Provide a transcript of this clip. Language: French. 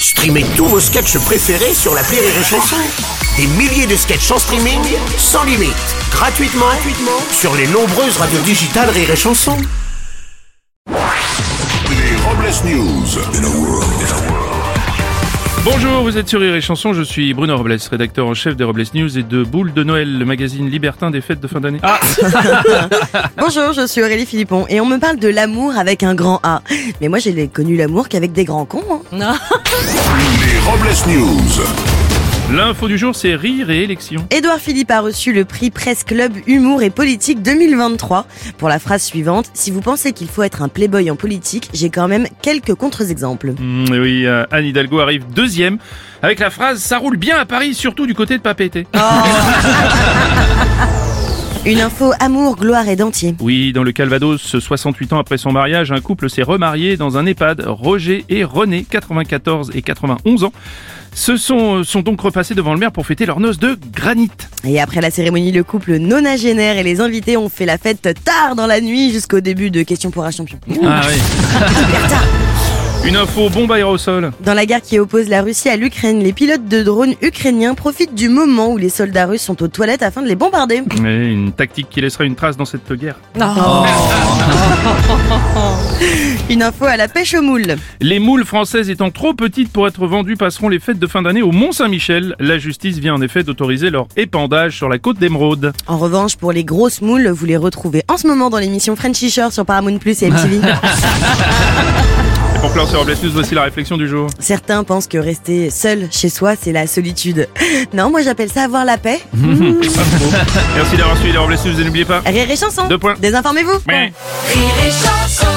Streamez tous vos sketchs préférés sur l'appli Rire et Chanson. Des milliers de sketchs en streaming, sans limite, gratuitement sur les nombreuses radios digitales Rire et Chanson. Les Robles News. Bonjour, vous êtes sur Rire et Chanson, je suis Bruno Robles, rédacteur en chef des Robles News et de Boule de Noël, le magazine libertin des fêtes de fin d'année. Bonjour, je suis Aurélie Philippon et on me parle de l'amour avec un grand A. Mais moi j'ai connu l'amour qu'avec des grands cons. Les Robles News. L'info du jour, c'est rire et élection. Édouard Philippe a reçu le prix Presse Club Humour et Politique 2023 pour la phrase suivante: si vous pensez qu'il faut être un playboy en politique, j'ai quand même quelques contre-exemples. Oui, Anne Hidalgo arrive deuxième avec la phrase: ça roule bien à Paris, surtout du côté de Papété. Une info amour, gloire et dentier. Oui, dans le Calvados, 68 ans après son mariage, un couple s'est remarié dans un EHPAD. Roger et René, 94 et 91 ans, sont donc repassés devant le maire pour fêter leur noces de granit. Et après la cérémonie, le couple nonagénaire et les invités ont fait la fête tard dans la nuit jusqu'au début de Questions pour un champion. Ah oui. Une info bombe aérosol. Dans la guerre qui oppose la Russie à l'Ukraine, les pilotes de drones ukrainiens profitent du moment où les soldats russes sont aux toilettes afin de les bombarder. Mais une tactique qui laissera une trace dans cette guerre. Une info à la pêche aux moules. Les moules françaises étant trop petites pour être vendues passeront les fêtes de fin d'année au Mont-Saint-Michel. La justice vient en effet d'autoriser leur épandage sur la côte d'Émeraude. En revanche, pour les grosses moules, vous les retrouvez en ce moment dans l'émission Frenchy Shore sur Paramount Plus et MTV. Et pour clore sur Robles News, voici la réflexion du jour. Certains pensent que rester seul chez soi, c'est la solitude. Non, moi j'appelle ça avoir la paix. Merci d'avoir suivi les Robles News et n'oubliez pas... Rire et Chanson. 2 points. Désinformez-vous. Mais... Rire et Chanson.